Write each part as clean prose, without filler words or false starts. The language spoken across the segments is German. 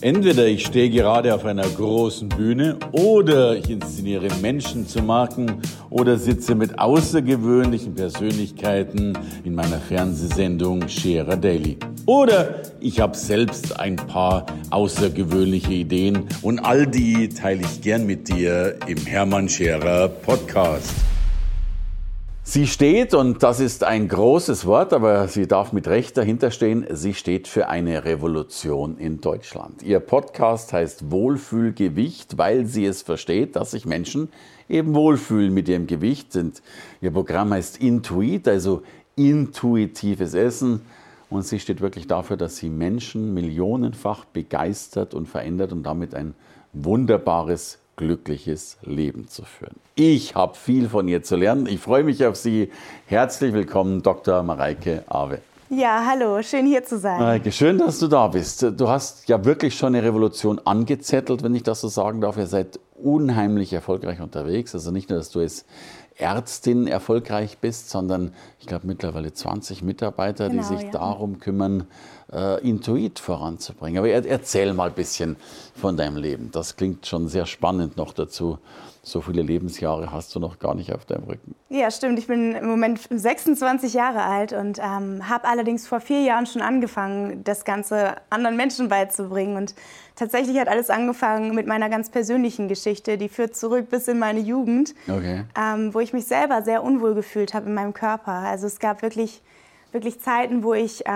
Entweder ich stehe gerade auf einer großen Bühne oder ich inszeniere Menschen zu Marken oder sitze mit außergewöhnlichen Persönlichkeiten in meiner Fernsehsendung Scherer Daily. Oder ich habe selbst ein paar außergewöhnliche Ideen und all die teile ich gern mit dir im Hermann Scherer Podcast. Sie steht, und das ist ein großes Wort, aber sie darf mit Recht dahinter stehen, sie steht für eine Revolution in Deutschland. Ihr Podcast heißt Wohlfühlgewicht, weil sie es versteht, dass sich Menschen eben wohlfühlen mit ihrem Gewicht. Und ihr Programm heißt Intuit, also intuitives Essen. Und sie steht wirklich dafür, dass sie Menschen millionenfach begeistert und verändert und damit ein wunderbares, glückliches Leben zu führen. Ich habe viel von ihr zu lernen. Ich freue mich auf Sie. Herzlich willkommen, Dr. Mareike Awe. Ja, hallo, schön hier zu sein. Mareike, schön, dass du da bist. Du hast ja wirklich schon eine Revolution angezettelt, wenn ich das so sagen darf. Ihr seid unheimlich erfolgreich unterwegs. Also nicht nur, dass du als Ärztin erfolgreich bist, sondern ich glaube mittlerweile 20 Mitarbeiter, die sich darum kümmern, Intuit voranzubringen. Aber erzähl mal ein bisschen von deinem Leben. Das klingt schon sehr spannend noch dazu. So viele Lebensjahre hast du noch gar nicht auf deinem Rücken. Ja, stimmt. Ich bin im Moment 26 Jahre alt und habe allerdings vor 4 Jahren schon angefangen, das Ganze anderen Menschen beizubringen. Und tatsächlich hat alles angefangen mit meiner ganz persönlichen Geschichte. Die führt zurück bis in meine Jugend, wo ich mich selber sehr unwohl gefühlt habe in meinem Körper. Also es gab wirklich Zeiten, wo ich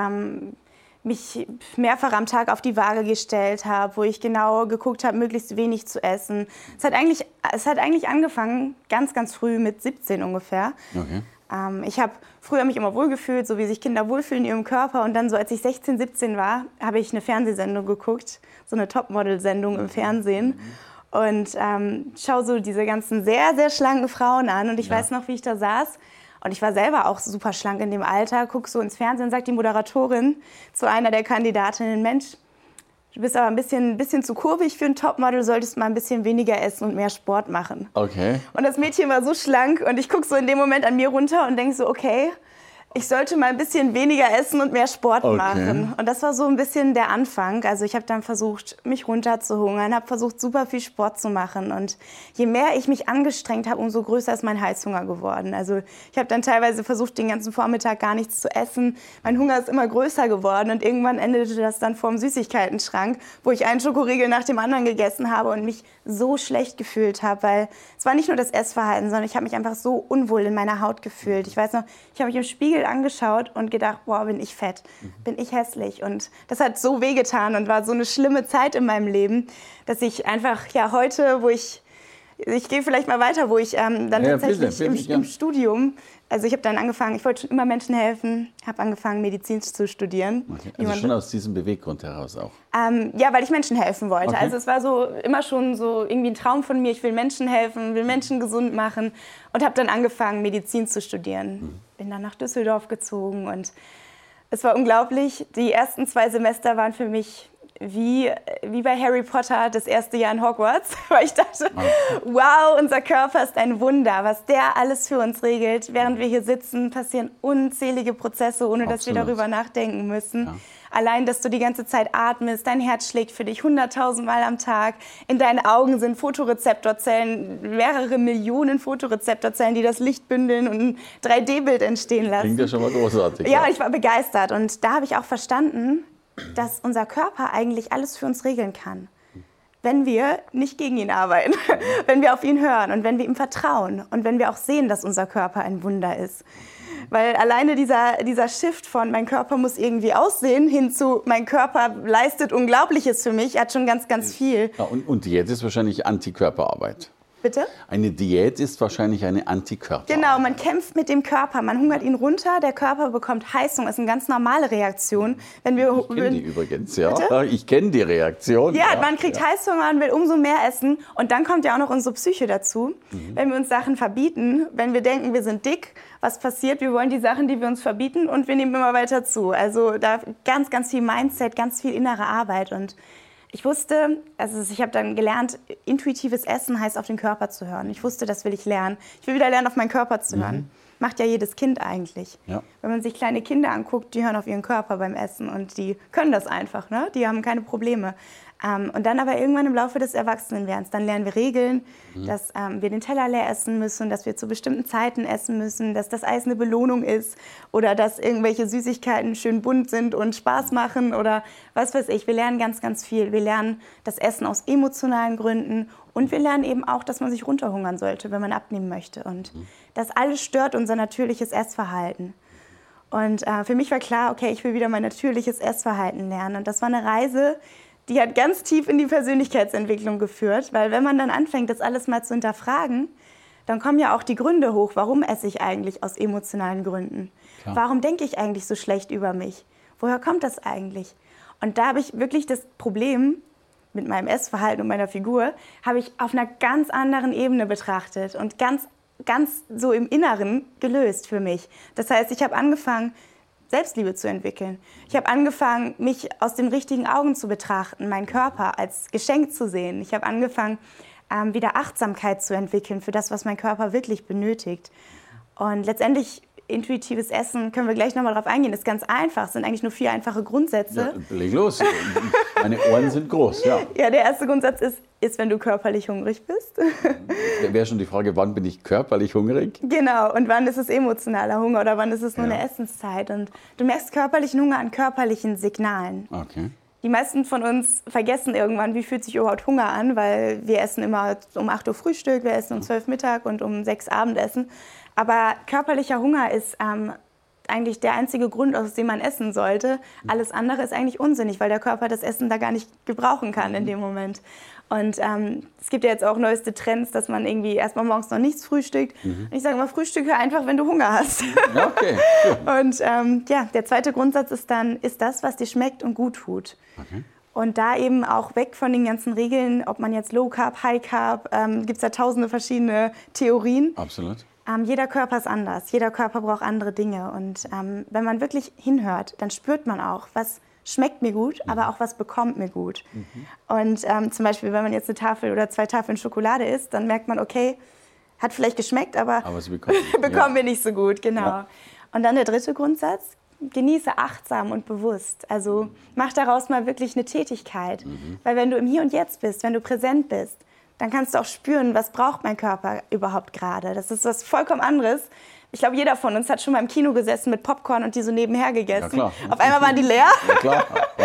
mich mehrfach am Tag auf die Waage gestellt habe, wo ich genau geguckt habe, möglichst wenig zu essen. Es hat eigentlich angefangen, ganz, ganz früh, mit 17 ungefähr. Okay. Ich habe früher mich immer wohlgefühlt, so wie sich Kinder wohlfühlen in ihrem Körper. Und dann so, als ich 16, 17 war, habe ich eine Fernsehsendung geguckt, so eine Topmodel-Sendung im Fernsehen. Und schaue so diese ganzen sehr, sehr schlanken Frauen an. Und ich weiß noch, wie ich da saß. Und ich war selber auch super schlank in dem Alter, guck so ins Fernsehen und sagt die Moderatorin zu einer der Kandidatinnen, Mensch, du bist aber ein bisschen zu kurvig für ein Topmodel, solltest mal ein bisschen weniger essen und mehr Sport machen. Okay. Und das Mädchen war so schlank und ich guck so in dem Moment an mir runter und denk so, okay, ich sollte mal ein bisschen weniger essen und mehr Sport machen. Und das war so ein bisschen der Anfang. Also ich habe dann versucht, mich runterzuhungern, habe versucht, super viel Sport zu machen. Und je mehr ich mich angestrengt habe, umso größer ist mein Heißhunger geworden. Also ich habe dann teilweise versucht, den ganzen Vormittag gar nichts zu essen. Mein Hunger ist immer größer geworden und irgendwann endete das dann vor dem Süßigkeitenschrank, wo ich einen Schokoriegel nach dem anderen gegessen habe und mich so schlecht gefühlt habe, weil es war nicht nur das Essverhalten, sondern ich habe mich einfach so unwohl in meiner Haut gefühlt. Ich weiß noch, ich habe mich im Spiegel angeschaut und gedacht, boah, bin ich fett, bin ich hässlich. Und das hat so wehgetan und war so eine schlimme Zeit in meinem Leben, dass ich einfach, heute, ich gehe vielleicht mal weiter, wo ich dann tatsächlich im Studium, also ich habe dann angefangen, ich wollte schon immer Menschen helfen, habe angefangen, Medizin zu studieren. Okay. Also schon aus diesem Beweggrund heraus auch? Ja, weil ich Menschen helfen wollte. Okay. Also es war so immer schon so irgendwie ein Traum von mir, ich will Menschen helfen, will Menschen gesund machen und habe dann angefangen, Medizin zu studieren. Bin dann nach Düsseldorf gezogen und es war unglaublich. Die ersten 2 Semester waren für mich wie bei Harry Potter das erste Jahr in Hogwarts, weil ich dachte, wow, unser Körper ist ein Wunder, was der alles für uns regelt. Während wir hier sitzen, passieren unzählige Prozesse, ohne dass wir darüber nachdenken müssen. Ja. Allein, dass du die ganze Zeit atmest, dein Herz schlägt für dich 100.000 Mal am Tag. In deinen Augen sind Photorezeptorzellen, mehrere Millionen Photorezeptorzellen, die das Licht bündeln und ein 3D-Bild entstehen lassen. Klingt ja schon mal großartig. Ja, ich war begeistert und da habe ich auch verstanden, dass unser Körper eigentlich alles für uns regeln kann, wenn wir nicht gegen ihn arbeiten, wenn wir auf ihn hören und wenn wir ihm vertrauen und wenn wir auch sehen, dass unser Körper ein Wunder ist. Weil alleine dieser Shift von mein Körper muss irgendwie aussehen hin zu mein Körper leistet Unglaubliches für mich, hat schon ganz, ganz viel. Ja, und Diät ist wahrscheinlich Antikörperarbeit. Bitte? Eine Diät ist wahrscheinlich eine Antikörperarbeit. Genau, man kämpft mit dem Körper, man hungert ihn runter, der Körper bekommt Heißung, das ist eine ganz normale Reaktion. Ich kenne die übrigens, ja. Bitte? Ich kenne die Reaktion. Ja, man kriegt Heißhunger, man will umso mehr essen und dann kommt ja auch noch unsere Psyche dazu. Wenn wir uns Sachen verbieten, wenn wir denken, wir sind dick, was passiert? Wir wollen die Sachen, die wir uns verbieten und wir nehmen immer weiter zu. Also da ganz, ganz viel Mindset, ganz viel innere Arbeit und ich wusste, also ich habe dann gelernt, intuitives Essen heißt auf den Körper zu hören. Ich wusste, das will ich lernen. Ich will wieder lernen, auf meinen Körper zu hören. Macht ja jedes Kind eigentlich. Ja. Wenn man sich kleine Kinder anguckt, die hören auf ihren Körper beim Essen und die können das einfach, ne? Die haben keine Probleme. Und dann aber irgendwann im Laufe des Erwachsenenwerdens, dann lernen wir Regeln, dass wir den Teller leer essen müssen, dass wir zu bestimmten Zeiten essen müssen, dass das Eis eine Belohnung ist oder dass irgendwelche Süßigkeiten schön bunt sind und Spaß machen oder was weiß ich. Wir lernen ganz, ganz viel. Wir lernen das Essen aus emotionalen Gründen und wir lernen eben auch, dass man sich runterhungern sollte, wenn man abnehmen möchte. Und das alles stört unser natürliches Essverhalten. Und für mich war klar, okay, ich will wieder mein natürliches Essverhalten lernen. Und das war eine Reise, die hat ganz tief in die Persönlichkeitsentwicklung geführt, weil wenn man dann anfängt, das alles mal zu hinterfragen, dann kommen ja auch die Gründe hoch, warum esse ich eigentlich aus emotionalen Gründen? Klar. Warum denke ich eigentlich so schlecht über mich? Woher kommt das eigentlich? Und da habe ich wirklich das Problem mit meinem Essverhalten und meiner Figur, habe ich auf einer ganz anderen Ebene betrachtet und ganz so im Inneren gelöst für mich. Das heißt, ich habe angefangen, Selbstliebe zu entwickeln. Ich habe angefangen, mich aus den richtigen Augen zu betrachten, meinen Körper als Geschenk zu sehen. Ich habe angefangen, wieder Achtsamkeit zu entwickeln für das, was mein Körper wirklich benötigt. Und letztendlich intuitives Essen, können wir gleich nochmal drauf eingehen, ist ganz einfach. Es sind eigentlich nur 4 einfache Grundsätze. Ja, leg los. Meine Ohren sind groß, ja. Ja, der erste Grundsatz ist, wenn du körperlich hungrig bist. Das wäre schon die Frage, wann bin ich körperlich hungrig? Genau, und wann ist es emotionaler Hunger oder wann ist es nur eine Essenszeit? Und du merkst körperlichen Hunger an körperlichen Signalen. Okay. Die meisten von uns vergessen irgendwann, wie fühlt sich überhaupt Hunger an, weil wir essen immer um 8 Uhr Frühstück, wir essen um 12 Mittag und um 6 Abendessen. Aber körperlicher Hunger ist eigentlich der einzige Grund, aus dem man essen sollte. Alles andere ist eigentlich unsinnig, weil der Körper das Essen da gar nicht gebrauchen kann in dem Moment. Und es gibt ja jetzt auch neueste Trends, dass man irgendwie erstmal morgens noch nichts frühstückt. Und ich sage immer, frühstücke einfach, wenn du Hunger hast. Ja, okay. Und der zweite Grundsatz ist dann, ist das, was dir schmeckt und gut tut. Okay. Und da eben auch weg von den ganzen Regeln, ob man jetzt Low Carb, High Carb, gibt es ja tausende verschiedene Theorien. Absolut. Jeder Körper ist anders, jeder Körper braucht andere Dinge. Und wenn man wirklich hinhört, dann spürt man auch, was schmeckt mir gut, aber auch was bekommt mir gut. Und zum Beispiel, wenn man jetzt eine Tafel oder 2 Tafeln Schokolade isst, dann merkt man, okay, hat vielleicht geschmeckt, aber sie bekommen wir nicht so gut. Genau. Ja. Und dann der dritte Grundsatz, genieße achtsam und bewusst. Also mach daraus mal wirklich eine Tätigkeit. Weil wenn du im Hier und Jetzt bist, wenn du präsent bist, dann kannst du auch spüren, was braucht mein Körper überhaupt gerade. Das ist was vollkommen anderes. Ich glaube, jeder von uns hat schon mal im Kino gesessen mit Popcorn und die so nebenher gegessen. Ja, klar. Auf einmal waren die leer. Ja, klar.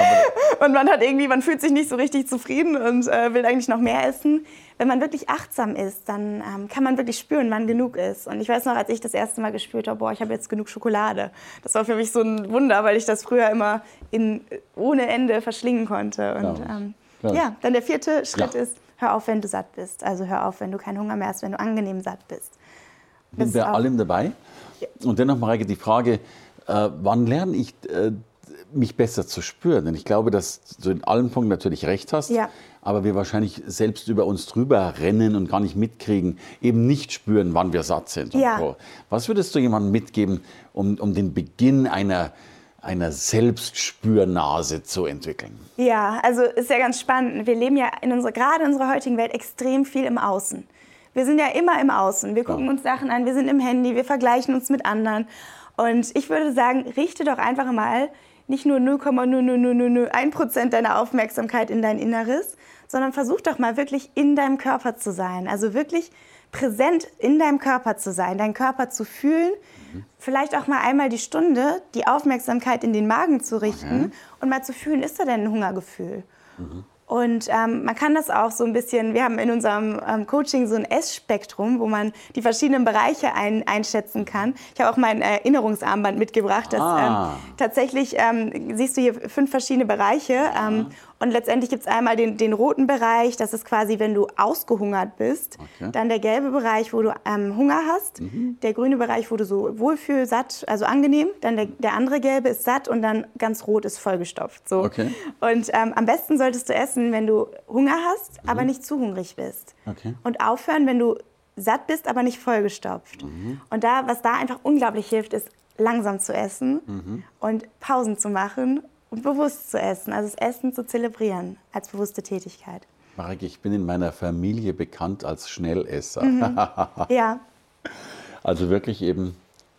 Und man fühlt sich nicht so richtig zufrieden und will eigentlich noch mehr essen. Wenn man wirklich achtsam ist, dann kann man wirklich spüren, wann genug ist. Und ich weiß noch, als ich das erste Mal gespürt habe, ich habe jetzt genug Schokolade. Das war für mich so ein Wunder, weil ich das früher immer ohne Ende verschlingen konnte. Und dann der 4. Schritt ist, hör auf, wenn du satt bist. Also hör auf, wenn du keinen Hunger mehr hast, wenn du angenehm satt bist. Ich bin bei allem dabei. Ja. Und dennoch, Mareike, die Frage, wann lerne ich, mich besser zu spüren? Denn ich glaube, dass du in allen Punkten natürlich recht hast, aber wir wahrscheinlich selbst über uns drüber rennen und gar nicht mitkriegen, eben nicht spüren, wann wir satt sind. Ja. Und was würdest du jemandem mitgeben, um den Beginn einer Selbstspürnase zu entwickeln? Ja, also ist ja ganz spannend. Wir leben ja gerade in unserer heutigen Welt extrem viel im Außen. Wir sind ja immer im Außen. Wir gucken uns Sachen an, wir sind im Handy, wir vergleichen uns mit anderen. Und ich würde sagen, richte doch einfach mal nicht nur 0,00001% deiner Aufmerksamkeit in dein Inneres, sondern versuch doch mal wirklich in deinem Körper zu sein. Also wirklich präsent in deinem Körper zu sein, deinen Körper zu fühlen, vielleicht auch mal einmal die Stunde die Aufmerksamkeit in den Magen zu richten und mal zu fühlen, ist da denn ein Hungergefühl? Und man kann das auch so ein bisschen, wir haben in unserem Coaching so ein Essspektrum, wo man die verschiedenen Bereiche einschätzen kann. Ich habe auch mein Erinnerungsarmband mitgebracht. Das, tatsächlich siehst du hier 5 verschiedene Bereiche. Und letztendlich gibt es einmal den roten Bereich, das ist quasi, wenn du ausgehungert bist. Dann der gelbe Bereich, wo du Hunger hast. Der grüne Bereich, wo du so wohlfühl, satt, also angenehm. Dann der andere gelbe ist satt und dann ganz rot ist vollgestopft. So. Und am besten solltest du essen, wenn du Hunger hast, aber nicht zu hungrig bist. Und aufhören, wenn du satt bist, aber nicht vollgestopft. Und was da einfach unglaublich hilft, ist langsam zu essen und Pausen zu machen und bewusst zu essen, also das Essen zu zelebrieren als bewusste Tätigkeit. Mareike, ich bin in meiner Familie bekannt als Schnellesser. Ja. Also wirklich eben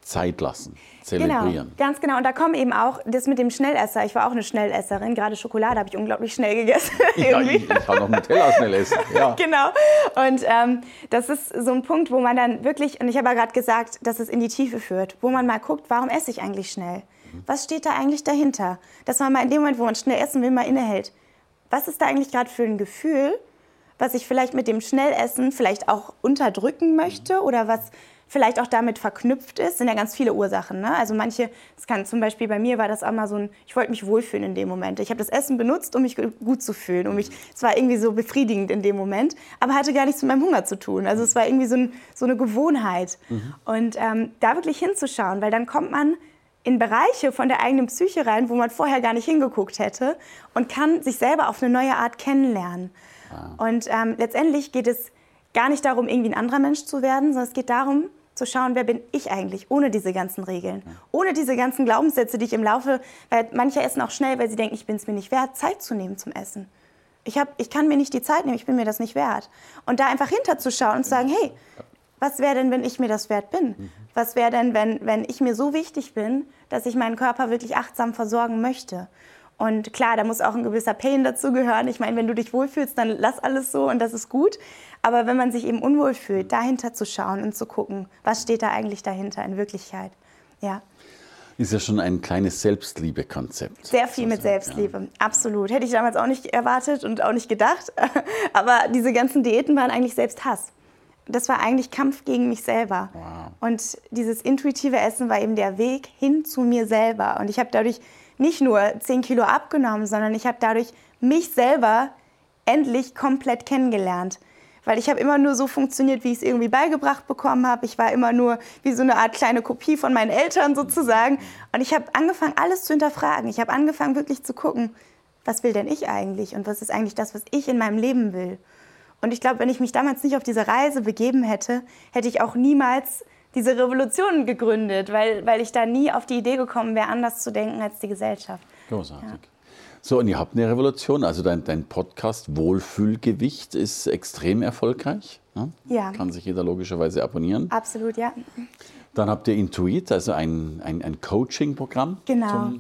Zeit lassen, zelebrieren. Genau, ganz genau. Und da kommen eben auch das mit dem Schnellesser. Ich war auch eine Schnellesserin. Gerade Schokolade habe ich unglaublich schnell gegessen. Ja, ich kann auch Nutella schnell essen. Ja. Genau. Und das ist so ein Punkt, wo man dann wirklich, und ich habe ja gerade gesagt, dass es in die Tiefe führt, wo man mal guckt, warum esse ich eigentlich schnell? Was steht da eigentlich dahinter? Dass man mal in dem Moment, wo man schnell essen will, mal innehält. Was ist da eigentlich gerade für ein Gefühl, was ich vielleicht mit dem Schnellessen vielleicht auch unterdrücken möchte oder was vielleicht auch damit verknüpft ist, sind ja ganz viele Ursachen. Ne? Also manche, es kann zum Beispiel bei mir war das auch mal so ein, ich wollte mich wohlfühlen in dem Moment. Ich habe das Essen benutzt, um mich gut zu fühlen. Es war irgendwie so befriedigend in dem Moment, aber hatte gar nichts mit meinem Hunger zu tun. Also es war irgendwie so eine Gewohnheit. Und da wirklich hinzuschauen, weil dann kommt man in Bereiche von der eigenen Psyche rein, wo man vorher gar nicht hingeguckt hätte und kann sich selber auf eine neue Art kennenlernen. Wow. Und letztendlich geht es gar nicht darum, irgendwie ein anderer Mensch zu werden, sondern es geht darum, zu schauen, wer bin ich eigentlich, ohne diese ganzen Regeln, ohne diese ganzen Glaubenssätze, die ich im Laufe, weil manche essen auch schnell, weil sie denken, ich bin es mir nicht wert, Zeit zu nehmen zum Essen. Ich kann mir nicht die Zeit nehmen, ich bin mir das nicht wert. Und da einfach hinterzuschauen und zu sagen, hey, was wäre denn, wenn ich mir das wert bin? Was wäre denn, wenn ich mir so wichtig bin, dass ich meinen Körper wirklich achtsam versorgen möchte? Und klar, da muss auch ein gewisser Pain dazu gehören. Ich meine, wenn du dich wohlfühlst, dann lass alles so und das ist gut. Aber wenn man sich eben unwohl fühlt, dahinter zu schauen und zu gucken, was steht da eigentlich dahinter in Wirklichkeit? Ja. Ist ja schon ein kleines Selbstliebe-Konzept. Sehr viel mit Selbstliebe, ja. Absolut. Hätte ich damals auch nicht erwartet und auch nicht gedacht. Aber diese ganzen Diäten waren eigentlich Selbsthass. Das war eigentlich Kampf gegen mich selber. Wow. Und dieses intuitive Essen war eben der Weg hin zu mir selber. Und ich habe dadurch nicht nur 10 Kilo abgenommen, sondern ich habe dadurch mich selber endlich komplett kennengelernt. Weil ich habe immer nur so funktioniert, wie ich es irgendwie beigebracht bekommen habe. Ich war immer nur wie so eine Art kleine Kopie von meinen Eltern sozusagen. Und ich habe angefangen, alles zu hinterfragen. Ich habe angefangen, wirklich zu gucken, was will denn ich eigentlich? Und was ist eigentlich das, was ich in meinem Leben will? Und ich glaube, wenn ich mich damals nicht auf diese Reise begeben hätte, hätte ich auch niemals diese Revolution gegründet, weil ich da nie auf die Idee gekommen wäre, anders zu denken als die Gesellschaft. Großartig. Ja. So, und ihr habt eine Revolution, also dein Podcast Wohlfühlgewicht ist extrem erfolgreich. Ne? Ja. Kann sich jeder logischerweise abonnieren. Absolut, ja. Dann habt ihr Intuit, also ein Coaching-Programm zum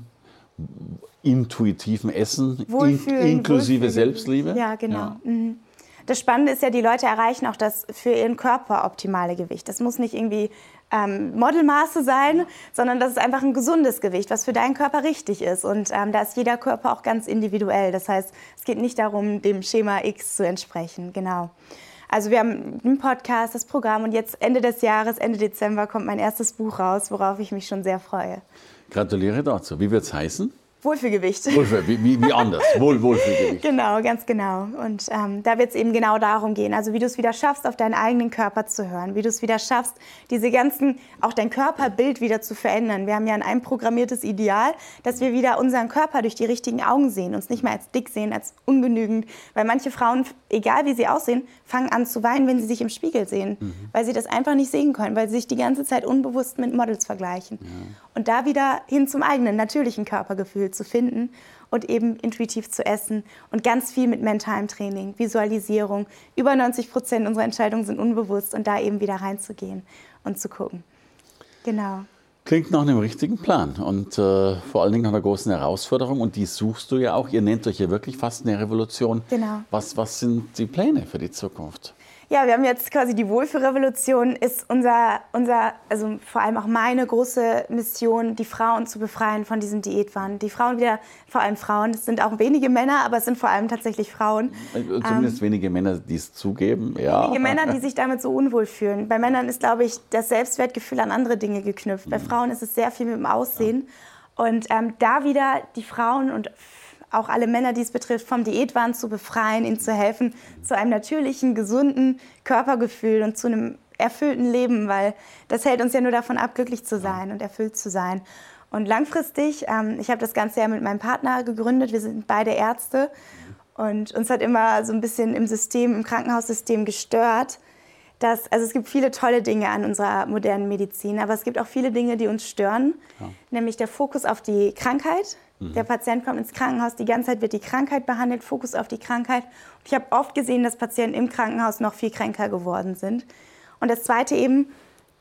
intuitiven Essen, inklusive Selbstliebe. Ja, genau. Ja. Mhm. Das Spannende ist ja, die Leute erreichen auch das für ihren Körper optimale Gewicht. Das muss nicht irgendwie Modelmaße sein, sondern das ist einfach ein gesundes Gewicht, was für deinen Körper richtig ist. Und da ist jeder Körper auch ganz individuell. Das heißt, es geht nicht darum, dem Schema X zu entsprechen. Genau. Also wir haben einen Podcast, das Programm und jetzt Ende des Jahres, Ende Dezember, kommt mein erstes Buch raus, worauf ich mich schon sehr freue. Gratuliere dazu. Wie wird es heißen? Wohlfühlgewicht. Wie anders? Wohlfühlgewicht. Genau, ganz genau. Und da wird es eben genau darum gehen, also wie du es wieder schaffst, auf deinen eigenen Körper zu hören, wie du es wieder schaffst, diese ganzen, auch dein Körperbild wieder zu verändern. Wir haben ja ein einprogrammiertes Ideal, dass wir wieder unseren Körper durch die richtigen Augen sehen, uns nicht mehr als dick sehen, als ungenügend, weil manche Frauen, egal wie sie aussehen, fangen an zu weinen, wenn sie sich im Spiegel sehen, weil sie das einfach nicht sehen können, weil sie sich die ganze Zeit unbewusst mit Models vergleichen. Ja. Und da wieder hin zum eigenen, natürlichen Körpergefühl zu finden und eben intuitiv zu essen und ganz viel mit mentalem Training, Visualisierung. Über 90% unserer Entscheidungen sind unbewusst und da eben wieder reinzugehen und zu gucken. Genau. Klingt nach einem richtigen Plan und vor allen Dingen nach einer großen Herausforderung und die suchst du ja auch. Ihr nennt euch ja wirklich fast eine Revolution. Genau. Was sind die Pläne für die Zukunft? Ja, wir haben jetzt quasi die Wohlfühlrevolution, ist unser, also vor allem auch meine große Mission, die Frauen zu befreien von diesem Diätwahn. Die Frauen wieder, vor allem Frauen, es sind auch wenige Männer, aber es sind vor allem tatsächlich Frauen. Zumindest wenige Männer, die es zugeben, ja. Wenige Männer, die sich damit so unwohl fühlen. Bei Männern ist, glaube ich, das Selbstwertgefühl an andere Dinge geknüpft. Bei Frauen ist es sehr viel mit dem Aussehen. Ja. Und da wieder die Frauen und auch alle Männer, die es betrifft, vom Diätwahn zu befreien, ihnen zu helfen, zu einem natürlichen, gesunden Körpergefühl und zu einem erfüllten Leben, weil das hält uns ja nur davon ab, glücklich zu sein und erfüllt zu sein. Und langfristig, ich habe das Ganze ja mit meinem Partner gegründet, wir sind beide Ärzte und uns hat immer so ein bisschen im Krankenhaussystem gestört, also es gibt viele tolle Dinge an unserer modernen Medizin, aber es gibt auch viele Dinge, die uns stören, nämlich der Fokus auf die Krankheit. Der Patient kommt ins Krankenhaus, die ganze Zeit wird die Krankheit behandelt, Fokus auf die Krankheit. Und ich habe oft gesehen, dass Patienten im Krankenhaus noch viel kränker geworden sind. Und das Zweite eben,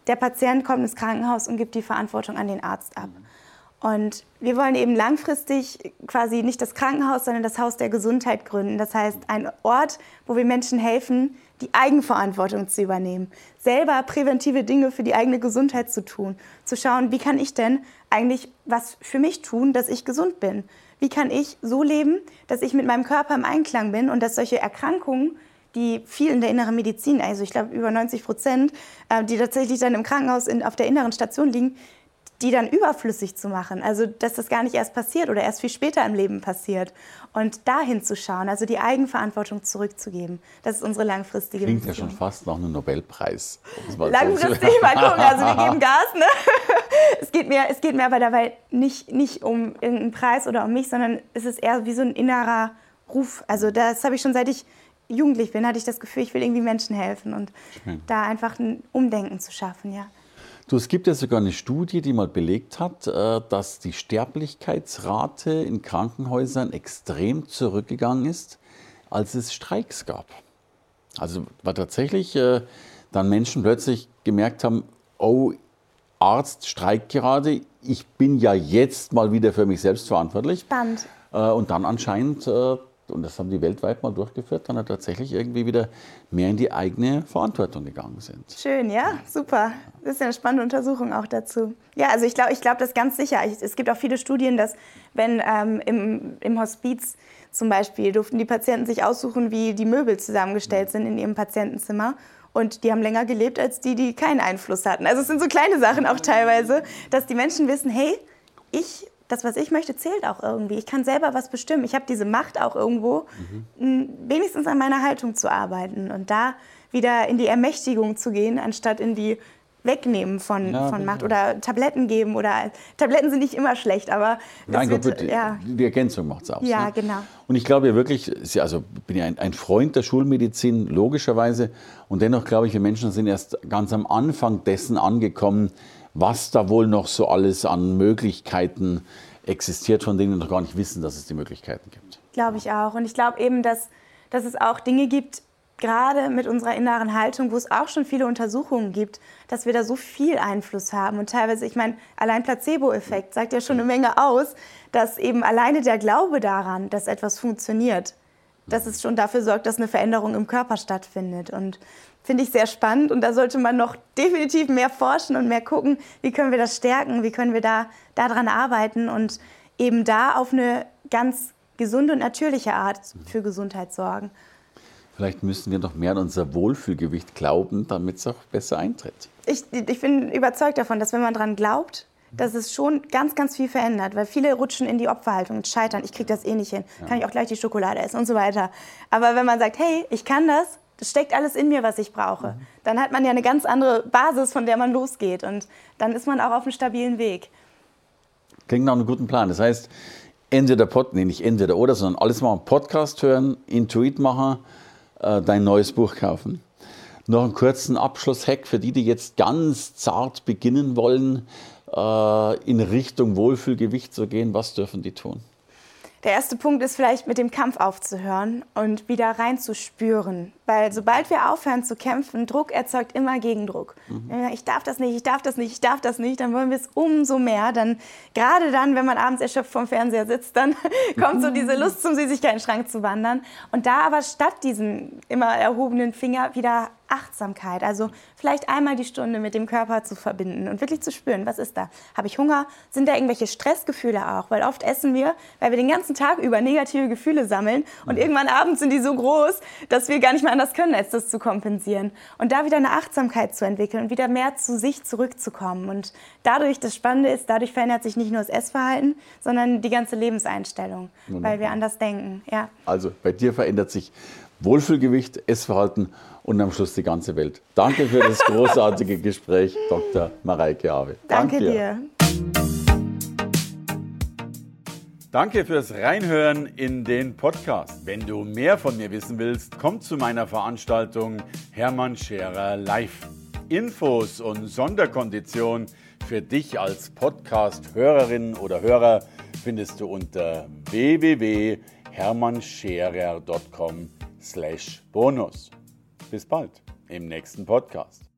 der Patient kommt ins Krankenhaus und gibt die Verantwortung an den Arzt ab. Und wir wollen eben langfristig quasi nicht das Krankenhaus, sondern das Haus der Gesundheit gründen. Das heißt, ein Ort, wo wir Menschen helfen, die Eigenverantwortung zu übernehmen, selber präventive Dinge für die eigene Gesundheit zu tun, zu schauen, wie kann ich denn eigentlich was für mich tun, dass ich gesund bin? Wie kann ich so leben, dass ich mit meinem Körper im Einklang bin und dass solche Erkrankungen, die viel in der inneren Medizin, also ich glaube über 90%, die tatsächlich dann im Krankenhaus auf der inneren Station liegen, die dann überflüssig zu machen. Also dass das gar nicht erst passiert oder erst viel später im Leben passiert. Und dahin zu schauen, also die Eigenverantwortung zurückzugeben. Das ist unsere langfristige Mission. Klingt ja schon fast nach einem Nobelpreis. Langfristig, mal gucken, also wir geben Gas. Ne? Es geht mir aber dabei nicht um irgendeinen Preis oder um mich, sondern es ist eher wie so ein innerer Ruf. Also das habe ich schon seit ich jugendlich bin, hatte ich das Gefühl, ich will irgendwie Menschen helfen und da einfach ein Umdenken zu schaffen, ja. Du, es gibt ja sogar eine Studie, die mal belegt hat, dass die Sterblichkeitsrate in Krankenhäusern extrem zurückgegangen ist, als es Streiks gab. Also weil tatsächlich dann Menschen plötzlich gemerkt haben, oh, Arzt streikt gerade, ich bin ja jetzt mal wieder für mich selbst verantwortlich. Spannend. Und dann anscheinend, und das haben die weltweit mal durchgeführt, dann tatsächlich irgendwie wieder mehr in die eigene Verantwortung gegangen sind. Schön, ja, super. Das ist ja eine spannende Untersuchung auch dazu. Ja, also ich glaube das ganz sicher. Es gibt auch viele Studien, dass wenn im Hospiz zum Beispiel durften die Patienten sich aussuchen, wie die Möbel zusammengestellt sind in ihrem Patientenzimmer. Und die haben länger gelebt als die keinen Einfluss hatten. Also es sind so kleine Sachen auch teilweise, dass die Menschen wissen, hey, das, was ich möchte, zählt auch irgendwie. Ich kann selber was bestimmen. Ich habe diese Macht auch irgendwo, wenigstens an meiner Haltung zu arbeiten und da wieder in die Ermächtigung zu gehen, anstatt in die Wegnehmen von Macht oder Tabletten geben. Oder Tabletten sind nicht immer schlecht, aber die Ergänzung macht es aus. Ja, ne? genau. Und ich glaube ja wirklich, also bin ja ein Freund der Schulmedizin, logischerweise. Und dennoch glaube ich, wir Menschen sind erst ganz am Anfang dessen angekommen, was da wohl noch so alles an Möglichkeiten existiert, von denen wir noch gar nicht wissen, dass es die Möglichkeiten gibt. Glaube ich auch. Und ich glaube eben, dass es auch Dinge gibt, gerade mit unserer inneren Haltung, wo es auch schon viele Untersuchungen gibt, dass wir da so viel Einfluss haben. Und teilweise, ich meine, allein Placebo-Effekt sagt ja schon eine Menge aus, dass eben alleine der Glaube daran, dass etwas funktioniert, dass es schon dafür sorgt, dass eine Veränderung im Körper stattfindet. Und finde ich sehr spannend. Und da sollte man noch definitiv mehr forschen und mehr gucken, wie können wir das stärken, wie können wir daran arbeiten und eben da auf eine ganz gesunde und natürliche Art für Gesundheit sorgen. Vielleicht müssen wir noch mehr an unser Wohlfühlgewicht glauben, damit es auch besser eintritt. Ich bin überzeugt davon, dass wenn man daran glaubt, dass es schon ganz, ganz viel verändert. Weil viele rutschen in die Opferhaltung und scheitern. Ich kriege das eh nicht hin. Kann ich auch gleich die Schokolade essen und so weiter. Aber wenn man sagt, hey, ich kann das steckt alles in mir, was ich brauche, dann hat man ja eine ganz andere Basis, von der man losgeht. Und dann ist man auch auf einem stabilen Weg. Klingt nach einem guten Plan. Das heißt, nicht entweder oder, sondern alles machen. Podcast hören, Intuit machen, dein neues Buch kaufen. Noch einen kurzen Abschlusshack für die jetzt ganz zart beginnen wollen, in Richtung Wohlfühlgewicht zu gehen. Was dürfen die tun? Der erste Punkt ist vielleicht, mit dem Kampf aufzuhören und wieder reinzuspüren. Weil sobald wir aufhören zu kämpfen, Druck erzeugt immer Gegendruck. Ich darf das nicht, ich darf das nicht, ich darf das nicht, dann wollen wir es umso mehr. Gerade dann, wenn man abends erschöpft vorm Fernseher sitzt, dann kommt so diese Lust, zum Süßigkeitenschrank zu wandern. Und da aber statt diesem immer erhobenen Finger wieder Achtsamkeit, also vielleicht einmal die Stunde mit dem Körper zu verbinden und wirklich zu spüren, was ist da? Habe ich Hunger? Sind da irgendwelche Stressgefühle auch? Weil oft essen wir, weil wir den ganzen Tag über negative Gefühle sammeln und irgendwann abends sind die so groß, dass wir gar nicht mehr anders können, als das zu kompensieren. Und da wieder eine Achtsamkeit zu entwickeln und wieder mehr zu sich zurückzukommen. Und dadurch, das Spannende ist, dadurch verändert sich nicht nur das Essverhalten, sondern die ganze Lebenseinstellung, weil wir anders denken. Ja. Also bei dir verändert sich Wohlfühlgewicht, Essverhalten und am Schluss die ganze Welt. Danke für das großartige Gespräch, Dr. Mareike Habe. Danke dir. Danke fürs Reinhören in den Podcast. Wenn du mehr von mir wissen willst, komm zu meiner Veranstaltung Hermann Scherer Live. Infos und Sonderkonditionen für dich als Podcast-Hörerin oder Hörer findest du unter www.hermannscherer.com/bonus. Bis bald im nächsten Podcast.